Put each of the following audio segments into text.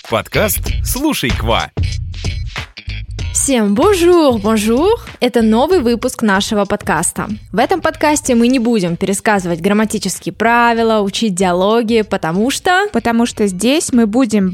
Подкаст «Слушай, Ква». Всем bonjour! Это новый выпуск нашего подкаста. В этом подкасте мы не будем пересказывать грамматические правила, учить диалоги, потому что здесь мы будем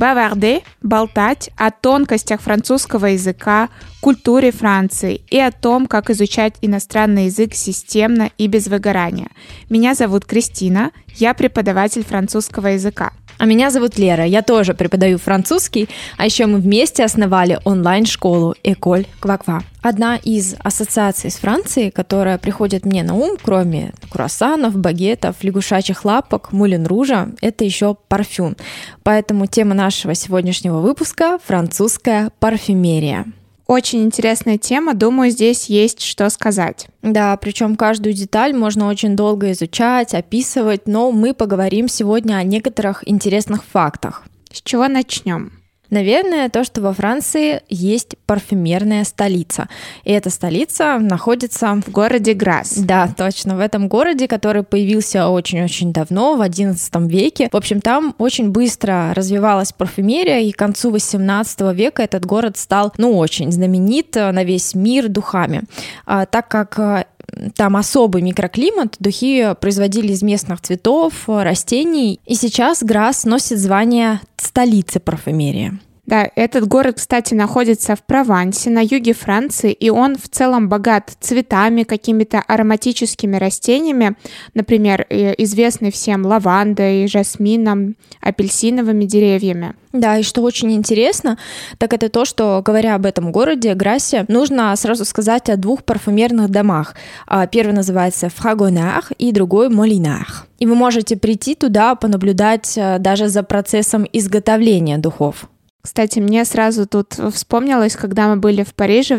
болтать о тонкостях французского языка, культуре Франции и о том, как изучать иностранный язык системно и без выгорания. Меня зовут Кристина, я преподаватель французского языка. А меня зовут Лера, я тоже преподаю французский, а еще мы вместе основали онлайн-школу École Ква-Ква. Одна из ассоциаций с Францией, которая приходит мне на ум, кроме круассанов, багетов, лягушачьих лапок, мулен-ружа, это еще парфюм. Поэтому тема нашего сегодняшнего выпуска – французская парфюмерия. Очень интересная тема, думаю, здесь есть что сказать. Да, причем каждую деталь можно очень долго изучать, описывать, но мы поговорим сегодня о некоторых интересных фактах. С чего начнем? Наверное, то, что во Франции есть парфюмерная столица. И эта столица находится в городе Грасс. Да, точно, в этом городе, который появился очень-очень давно, в XI веке. В общем, там очень быстро развивалась парфюмерия, и к концу XVIII века этот город стал, очень знаменит на весь мир духами. Так как там особый микроклимат, духи производили из местных цветов, растений, и сейчас Грасс носит звание столицы парфюмерии. Да, этот город, кстати, находится в Провансе, на юге Франции, и он в целом богат цветами, какими-то ароматическими растениями, например, известный всем лавандой, жасмином, апельсиновыми деревьями. Да, и что очень интересно, так это то, что, говоря об этом городе, Грассе, нужно сразу сказать о двух парфюмерных домах. Первый называется Fragonard и другой Molinard. И вы можете прийти туда, понаблюдать даже за процессом изготовления духов. Кстати, мне сразу тут вспомнилось, когда мы были в Париже в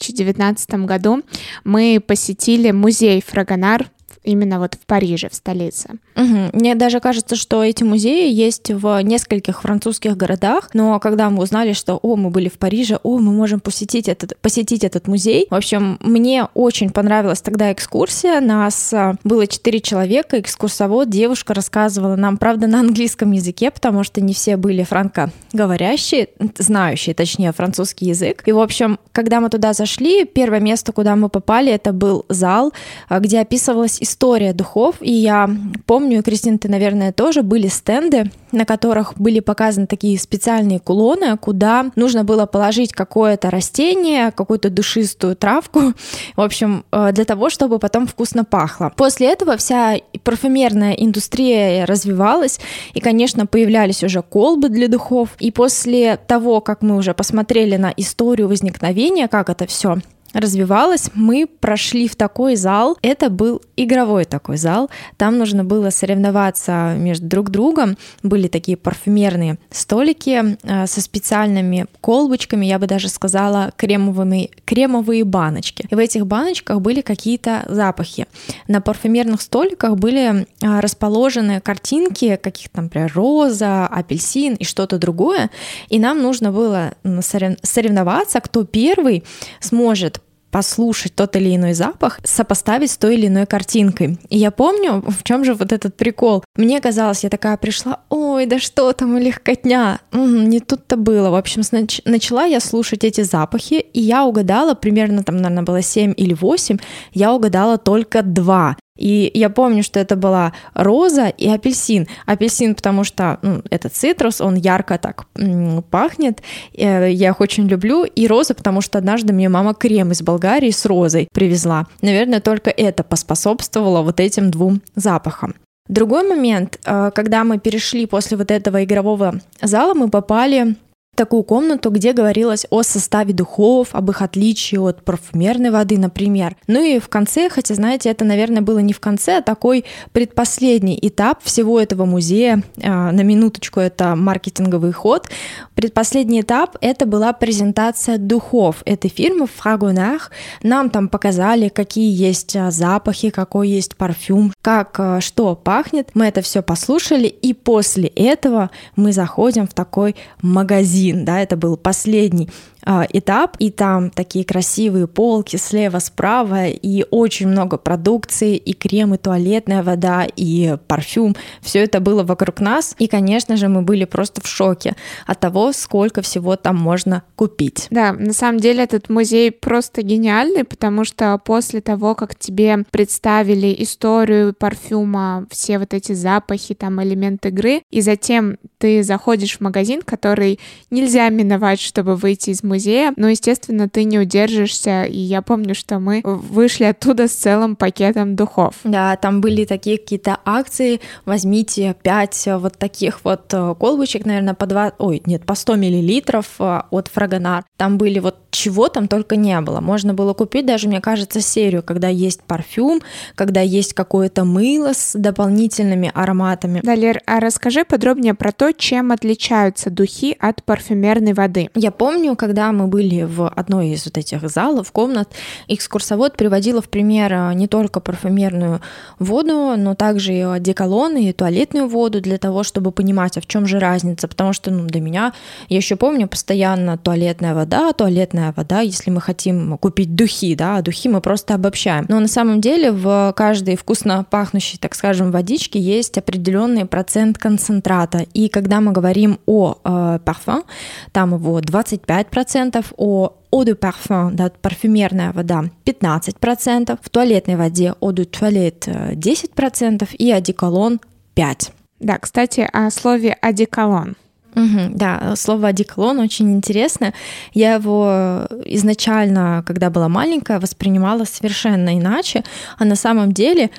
2019 году, мы посетили музей Fragonard именно вот в Париже, в столице. Мне даже кажется, что эти музеи есть в нескольких французских городах, но когда мы узнали, что мы были в Париже, мы можем посетить этот музей. В общем, мне очень понравилась тогда экскурсия. Нас было 4 человека, экскурсовод, девушка рассказывала нам, правда, на английском языке, потому что не все были франкоговорящие, знающие, точнее, французский язык. И, в общем, когда мы туда зашли, первое место, куда мы попали, это был зал, где описывалась история духов, и я помню, Кристина, ты, наверное, тоже, были стенды, на которых были показаны такие специальные кулоны, куда нужно было положить какое-то растение, какую-то душистую травку, в общем, для того, чтобы потом вкусно пахло. После этого вся парфюмерная индустрия развивалась, и, конечно, появлялись уже колбы для духов, и после того, как мы уже посмотрели на историю возникновения, как это все развивалось, мы прошли в такой зал. Это был игровой такой зал. Там нужно было соревноваться между друг другом. Были такие парфюмерные столики со специальными колбочками, я бы даже сказала, кремовые баночки. И в этих баночках были какие-то запахи. На парфюмерных столиках были расположены картинки каких-то, например, роза, апельсин и что-то другое. И нам нужно было соревноваться, кто первый сможет послушать тот или иной запах, сопоставить с той или иной картинкой. И я помню, в чем же вот этот прикол. Мне казалось, я такая пришла, да что там, легкотня. Не тут-то было. В общем, начала я слушать эти запахи, и я угадала, примерно там, наверное, было 7 или 8, я угадала только 2. И я помню, что это была роза и апельсин. Апельсин, потому что это цитрус, он ярко так пахнет, я их очень люблю. И роза, потому что однажды мне мама крем из Болгарии с розой привезла. Наверное, только это поспособствовало вот этим 2 запахам. Другой момент, когда мы перешли после вот этого игрового зала, мы попали такую комнату, где говорилось о составе духов, об их отличии от парфюмерной воды, например. Ну и в конце, хотя, знаете, это, наверное, было не в конце, а такой предпоследний этап всего этого музея. На минуточку, это маркетинговый ход. Предпоследний этап — это была презентация духов этой фирмы Fragonard. Нам там показали, какие есть запахи, какой есть парфюм, как что пахнет. Мы это все послушали, и после этого мы заходим в такой магазин. Да, это был последний этап, и там такие красивые полки слева, справа, и очень много продукции, и крем, и туалетная вода, и парфюм. Все это было вокруг нас, и, конечно же, мы были просто в шоке от того, сколько всего там можно купить. Да, на самом деле этот музей просто гениальный, потому что после того, как тебе представили историю парфюма, все вот эти запахи, там элемент игры, и затем ты заходишь в магазин, который нельзя миновать, чтобы выйти из музея, но, естественно, ты не удержишься, и я помню, что мы вышли оттуда с целым пакетом духов. Да, там были такие какие-то акции, возьмите 5 вот таких вот колбочек, наверное, по 100 миллилитров от Fragonard. Там были вот чего там только не было. Можно было купить даже, мне кажется, серию, когда есть парфюм, когда есть какое-то мыло с дополнительными ароматами. Да, Лер, а расскажи подробнее про то, чем отличаются духи от парфюмерной воды. Я помню, когда мы были в одной из вот этих залов, комнат, экскурсовод приводила в пример не только парфюмерную воду, но также и одеколон, и туалетную воду для того, чтобы понимать, а в чем же разница, потому что для меня, я еще помню, постоянно туалетная вода, если мы хотим купить духи, да, духи мы просто обобщаем. Но на самом деле в каждой вкусно пахнущей, так скажем, водичке есть определенный процент концентрата. И когда мы говорим о парфюм, там его 25%, о eau de parfum, да, парфюмерная вода 15%, в туалетной воде eau de toilette 10% и одеколон 5%. Да, кстати, о слове одеколон. Да, слово одеколон очень интересно. Я его изначально, когда была маленькая, воспринимала совершенно иначе, а на самом деле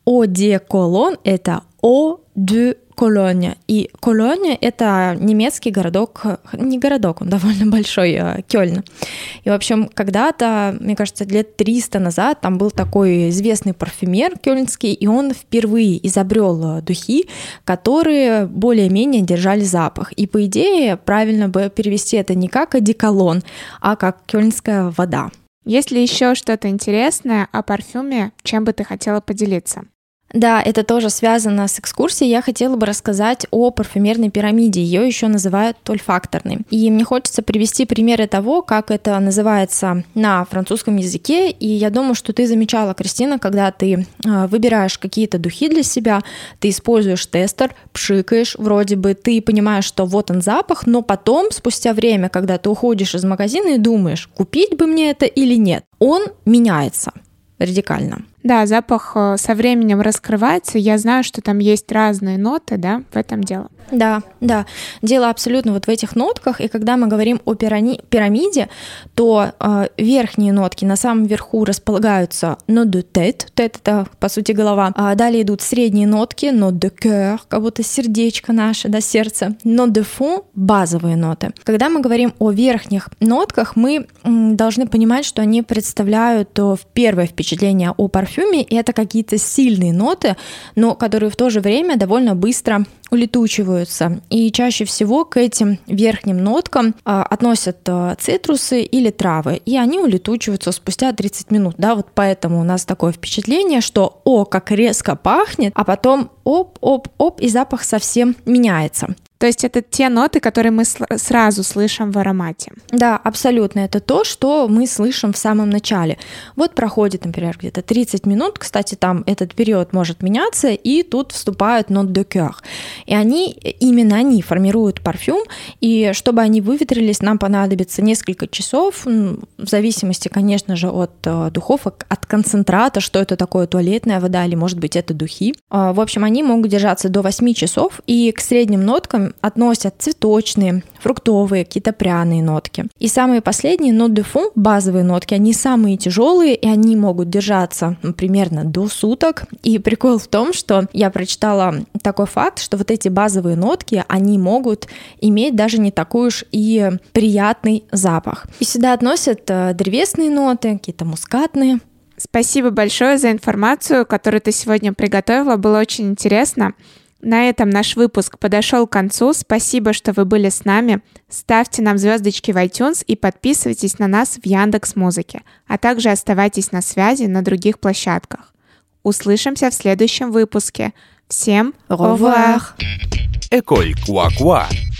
одеколон — это eau de Cologne. И Cologne — это немецкий городок, не городок, он довольно большой, Кёльн. И, в общем, когда-то, мне кажется, лет 300 назад там был такой известный парфюмер кёльнский, и он впервые изобрел духи, которые более-менее держали запах. И, по идее, правильно бы перевести это не как одеколон, а как кёльнская вода. Есть ли еще что-то интересное о парфюме, чем бы ты хотела поделиться? Да, это тоже связано с экскурсией. Я хотела бы рассказать о парфюмерной пирамиде. Ее еще называют ольфакторной. И мне хочется привести примеры того, как это называется на французском языке. И я думаю, что ты замечала, Кристина, когда ты выбираешь какие-то духи для себя, ты используешь тестер, пшикаешь, вроде бы ты понимаешь, что вот он запах, но потом, спустя время, когда ты уходишь из магазина и думаешь, купить бы мне это или нет, он меняется радикально. Да, запах со временем раскрывается. Я знаю, что там есть разные ноты, да, в этом дело. Да. Дело абсолютно вот в этих нотках. И когда мы говорим о пирамиде, то верхние нотки на самом верху располагаются note de tête. Tête — это, по сути, голова. Далее идут средние нотки, note de cœur, как будто сердечко наше, да, сердце. Note de fond — базовые ноты. Когда мы говорим о верхних нотках, мы должны понимать, что они представляют первое впечатление о парфюме, и это какие-то сильные ноты, но которые в то же время довольно быстро улетучиваются. И чаще всего к этим верхним ноткам относят цитрусы или травы, и они улетучиваются спустя 30 минут. Да, вот поэтому у нас такое впечатление, что как резко пахнет, а потом оп, и запах совсем меняется. То есть это те ноты, которые мы сразу слышим в аромате. Да, абсолютно. Это то, что мы слышим в самом начале. Вот проходит, например, где-то 30 минут. Кстати, там этот период может меняться, и тут вступают note de cœur. И именно они формируют парфюм. И чтобы они выветрились, нам понадобится несколько часов, в зависимости, конечно же, от духов, от концентрата, что это такое, туалетная вода или, может быть, это духи. В общем, они могут держаться до 8 часов, и к средним ноткам относят цветочные, фруктовые, какие-то пряные нотки. И самые последние, note de fond, базовые нотки, они самые тяжелые, и они могут держаться примерно до суток. И прикол в том, что я прочитала такой факт, что вот эти базовые нотки, они могут иметь даже не такой уж и приятный запах. И сюда относят древесные ноты, какие-то мускатные. Спасибо большое за информацию, которую ты сегодня приготовила, было очень интересно. На этом наш выпуск подошел к концу. Спасибо, что вы были с нами. Ставьте нам звездочки в iTunes и подписывайтесь на нас в Яндекс.Музыке, а также оставайтесь на связи на других площадках. Услышимся в следующем выпуске. Всем au revoir! École Quoi Quoi.